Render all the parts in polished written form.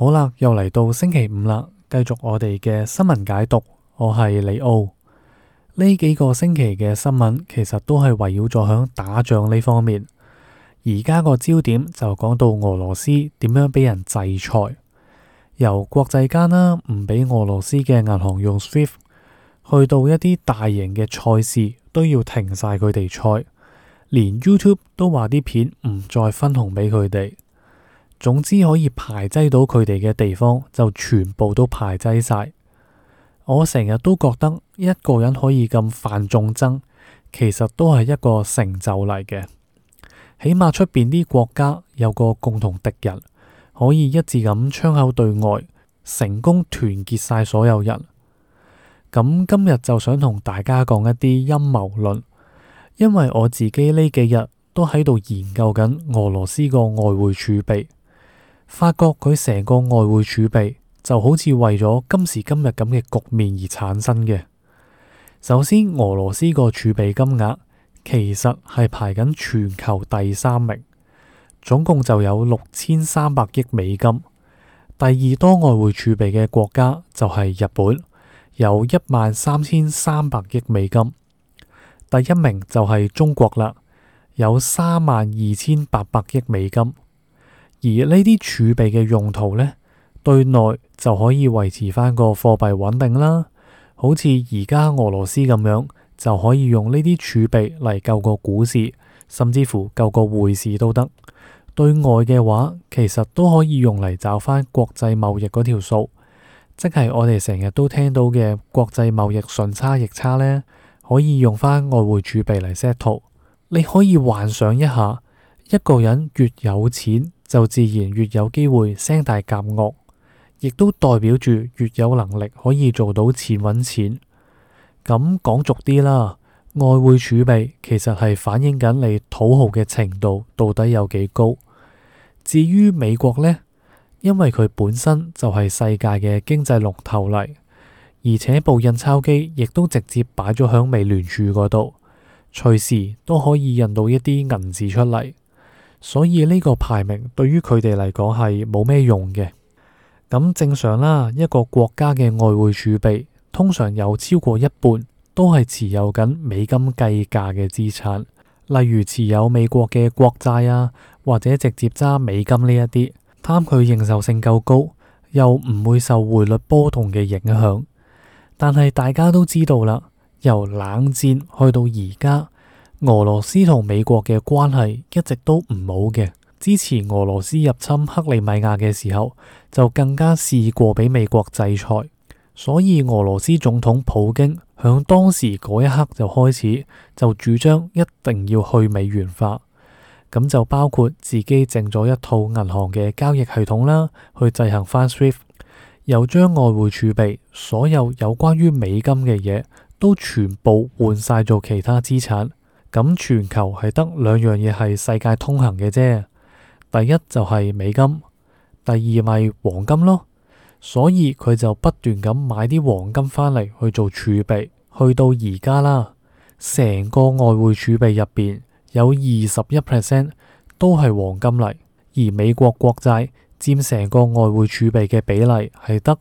好啦，又嚟到星期五啦，繼續我哋嘅新聞解讀。我係李奧。呢幾個星期嘅新聞其實都係圍繞咗響打仗呢方面。而家個焦點就講到俄羅斯點樣俾人制裁，由國際間啦唔俾俄羅斯嘅銀行用 SWIFT， 去到一啲大型嘅賽事都要停晒佢哋賽，連 YouTube 都話啲片唔再分紅俾佢哋。總之可以排擠到佢哋嘅地方就全部都排擠晒。我成日都覺得一個人可以咁犯眾憎，其實都係一個成就嚟嘅。起碼出邊啲國家有個共同敵人，可以一致咁槍口對外，成功團結晒所有人。咁今日就想同大家講一啲陰謀論，因為我自己呢幾日都喺度研究緊俄羅斯個外匯儲備。發覺佢成個外匯儲備就好似為咗今時今日咁嘅局面而產生嘅。首先，俄羅斯個儲備金額其實係排緊全球第3名，總共就有6300億美金。第二多外匯儲備嘅國家就係日本，有13300億美金。第一名就係中國啦，有32800億美金。而呢啲儲備嘅用途呢，對內就可以維持翻個貨幣穩定啦，好似而家俄羅斯咁樣，就可以用呢啲儲備嚟救個股市，甚至乎救個匯市都得。對外嘅話，其實都可以用嚟找翻國際貿易嗰條數，即係我哋成日都聽到嘅國際貿易順差逆差呢，可以用翻外匯儲備嚟 settle。你可以幻想一下，一個人越有錢，就自然越有機會聲大夾惡，亦都代表住越有能力可以做到錢揾錢。咁講俗啲啦，外匯儲備其實係反映緊你土豪嘅程度到底有幾高。至於美國呢，因為佢本身就係世界嘅經濟龍頭嚟，而且部印鈔機亦都直接擺咗響美聯儲嗰度，隨時都可以印到一啲銀紙出嚟。所以呢個排名對於佢哋嚟講係冇咩用嘅。咁正常啦，一個國家嘅外匯儲備通常有超過一半都係持有緊美金計價嘅資產，例如持有美國嘅國債啊，或者直接揸美金呢一啲，貪佢認受性夠高，又唔會受匯率波動嘅影響。但係大家都知道啦，由冷戰去到而家，俄羅斯同美國嘅關係一直都唔好嘅。之前俄羅斯入侵克里米亞嘅時候，就更加試過俾美國制裁。所以俄羅斯總統普京響當時嗰一刻就開始就主張一定要去美元化，咁就包括自己整咗一套銀行嘅交易系統啦，去制衡翻 SWIFT， 又將外匯儲備所有有關於美金嘅嘢都全部換晒做其他資產。咁全球係得兩樣嘢係世界通行嘅啫，第一就係美金，第二咪黃金咯。所以佢就不斷咁買啲黃金返嚟去做儲備，去到而家啦，成個外匯儲備入邊有21% 都係黃金嚟，而美國國債佔成個外匯儲備嘅比例係得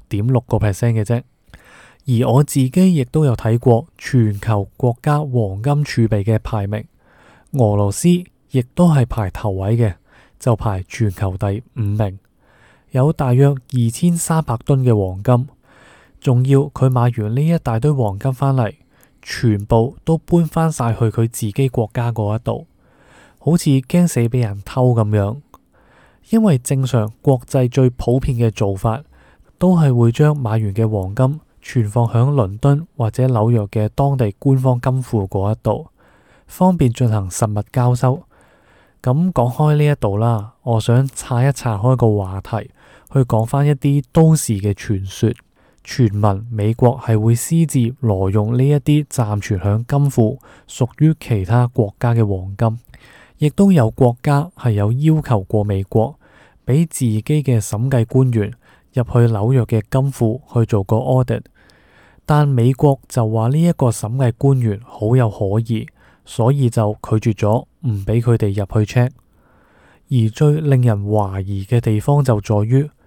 6.6% 嘅啫。而我自己亦都有睇過全球國家黃金儲備嘅排名，俄羅斯亦都係排頭位嘅，就排全球第5名，有大約2300噸嘅黃金。仲要佢買完呢一大堆黃金返嚟，全部都搬返晒去佢自己國家嗰一度，好似驚死俾人偷咁樣。因為正常國際最普遍嘅做法，都係會將買完嘅黃金存放響倫敦或者紐約嘅當地官方金庫嗰一度，方便進行實物交收。咁講開呢一度啦，我想岔一岔開個話題，去講翻一啲都市嘅傳說。傳聞美國係會私自挪用呢一啲暫存響金庫屬於其他國家嘅黃金，亦都有國家係有要求過美國俾自己嘅審計官員入去紐約嘅金庫去做個 audit。但美國就話呢一個審計官員好有可疑，所以就拒絕咗，唔俾佢哋入去 check。而最令人懷疑嘅地方就在於，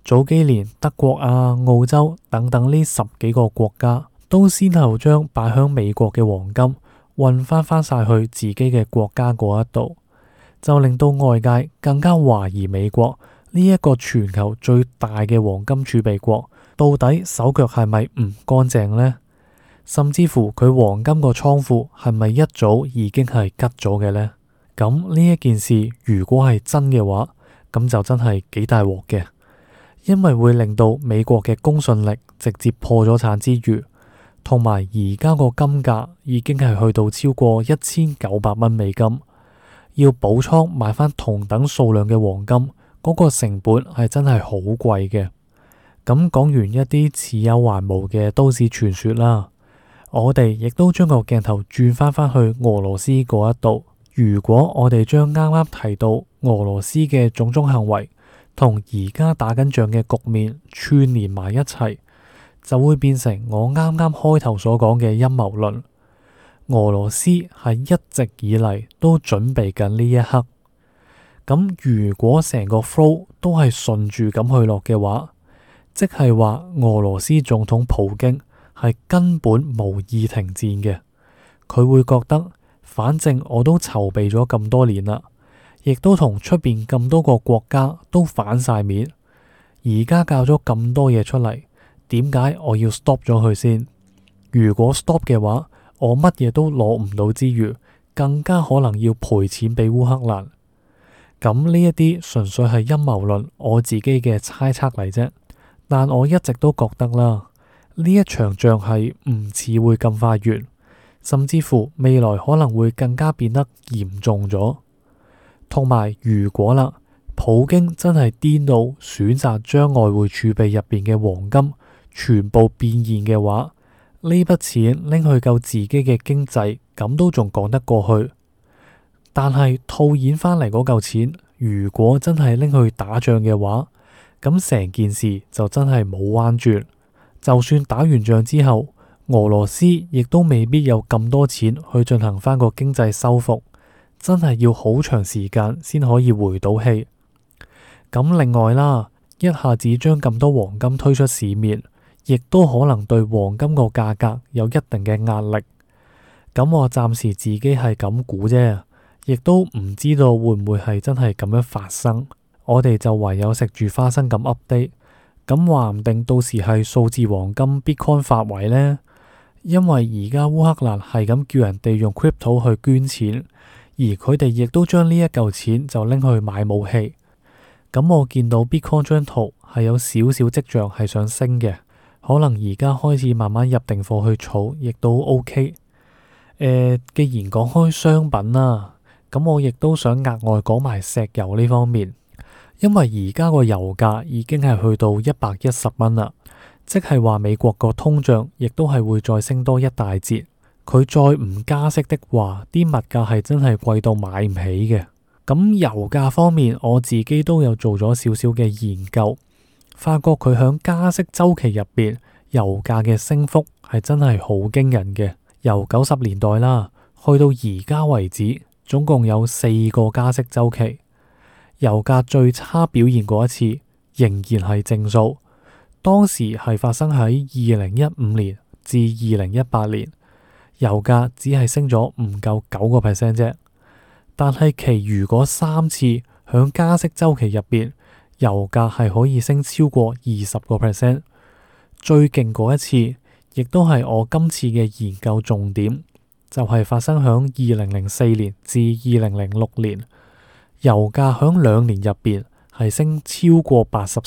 早幾年德國啊、澳洲等等呢10幾個國家都先後將擺響美國嘅黃金運翻晒去自己嘅國家嗰一度，就令到外界更加懷疑美國呢一個全球最大嘅黃金儲備國到底手腳係咪唔乾淨呢？甚至乎佢黃金個倉庫係咪一早已經係吉咗嘅呢？咁呢一件事如果係真嘅話，咁就真係幾大鑊嘅，因為會令到美國嘅公信力直接破咗產之餘，同埋而家個金價已經係去到超過1900蚊美金，要補倉買翻同等數量嘅黃金，嗰個成本係真係好貴嘅。咁講完一啲似有還無嘅都市傳說啦，我哋亦都將個鏡頭轉翻去俄羅斯嗰一度。如果我哋將啱啱提到俄羅斯嘅種種行為同而家打緊仗嘅局面串連埋一齊，就會變成我啱啱開頭所講嘅陰謀論。俄羅斯係一直以嚟都準備緊呢一刻。咁如果成個 flow 都係順住咁去落嘅話，即係話俄羅斯總統普京係根本無意停戰嘅。佢會覺得反正我都籌備咗咁多年啦，亦都同出邊咁多個國家都反晒面，而家教咗咁多嘢出嚟，點解我要 stop 咗佢先？如果 stop 嘅話，我乜嘢都攞唔到之餘，更加可能要賠錢俾烏克蘭。咁呢一啲純粹係陰謀論，我自己嘅猜測嚟啫。但我一直都覺得啦，呢一場仗係唔似會咁快完。甚至乎未來可能會更加變得嚴重咗，同埋如果啦，普京真係癲到選擇將外匯儲備入邊嘅黃金全部變現嘅話，呢筆錢拎去救自己嘅經濟，咁都仲講得過去。但係套現翻嚟嗰嚿錢，如果真係拎去打仗嘅話，咁成件事就真係冇彎轉。就算打完仗之後，俄羅斯亦都未必有咁多錢去進行翻個經濟修復，真係要好長時間先可以回到氣。咁另外啦，一下子將咁多黃金推出市面，亦都可能對黃金個價格有一定嘅壓力。咁我暫時自己係咁估啫，亦都唔知道會唔會係真係咁樣發生。我哋就唯有食住花生咁 update。咁話唔定到時係數字黃金 Bitcoin 發圍呢？因為而家烏克蘭係咁叫人哋用 crypto 去捐錢，而佢哋亦都將呢一嚿錢就拎去買武器。咁我見到 Bitcoin 張圖係有少少跡象係想升嘅，可能而家開始慢慢入定貨去儲，亦都 OK。既然講開商品啦，咁我亦都想額外講埋石油呢方面，因為而家個油價已經係去到110蚊啦。即係話美國個通脹亦都係會再升多一大截，佢再唔加息的話，啲物價係真係貴到買唔起嘅。咁油價方面，我自己都有做咗少少嘅研究，發覺佢響加息周期入邊，油價嘅升幅係真係好驚人嘅。由90年代啦，去到而家為止，總共有4個加息周期，油價最差表現過一次，仍然係正數。當時係發生喺2015年至2018年，油價只係升咗唔夠9%啫。但係其餘嗰3次響加息周期入邊，油價係可以升超過20%。最勁嗰一次，亦都係我今次嘅研究重點，就係發生響2004年至2006年，油價響2年入邊係升超過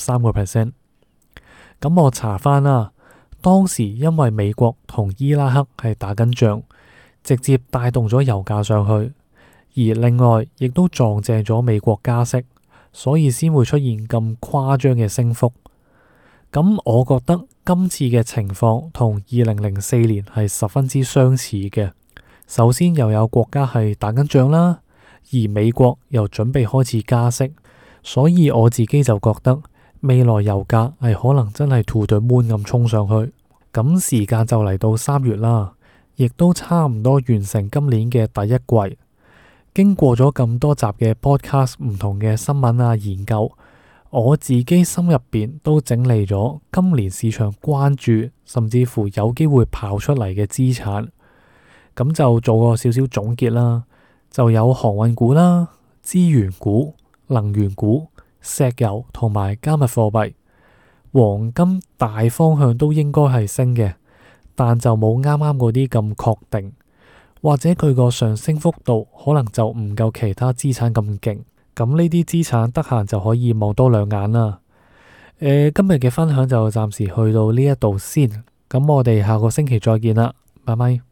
83%。咁我查翻啦，當時因為美國同伊拉克係打緊仗，直接帶動咗油價上去，而另外亦都撞正咗美國加息，所以先會出現咁誇張嘅升幅。咁我覺得今次嘅情況同2004年係十分之相似嘅。首先又有國家係打緊仗啦，而美國又準備開始加息，所以我自己就覺得未來油價係可能真係 to the moon 咁衝上去。咁時間就嚟到3月啦，亦都差唔多完成今年嘅第一季。經過咗咁多集嘅 podcast 唔同嘅新聞啊研究， 我自己心入邊都整理咗今年市場關注，甚至乎有機會跑出嚟嘅資產，咁就做個少少總結啦。就有航運股啦、資源股、能源股、石油同埋加密貨幣。黃金大方向都應該係升嘅，但就冇啱啱嗰啲咁確定，或者佢個上升幅度可能就唔夠其他資產咁勁。咁呢啲資產得閒就可以望多兩眼啦。今日嘅分享就暫時去到呢一度先，咁我哋下個星期再見啦，拜拜。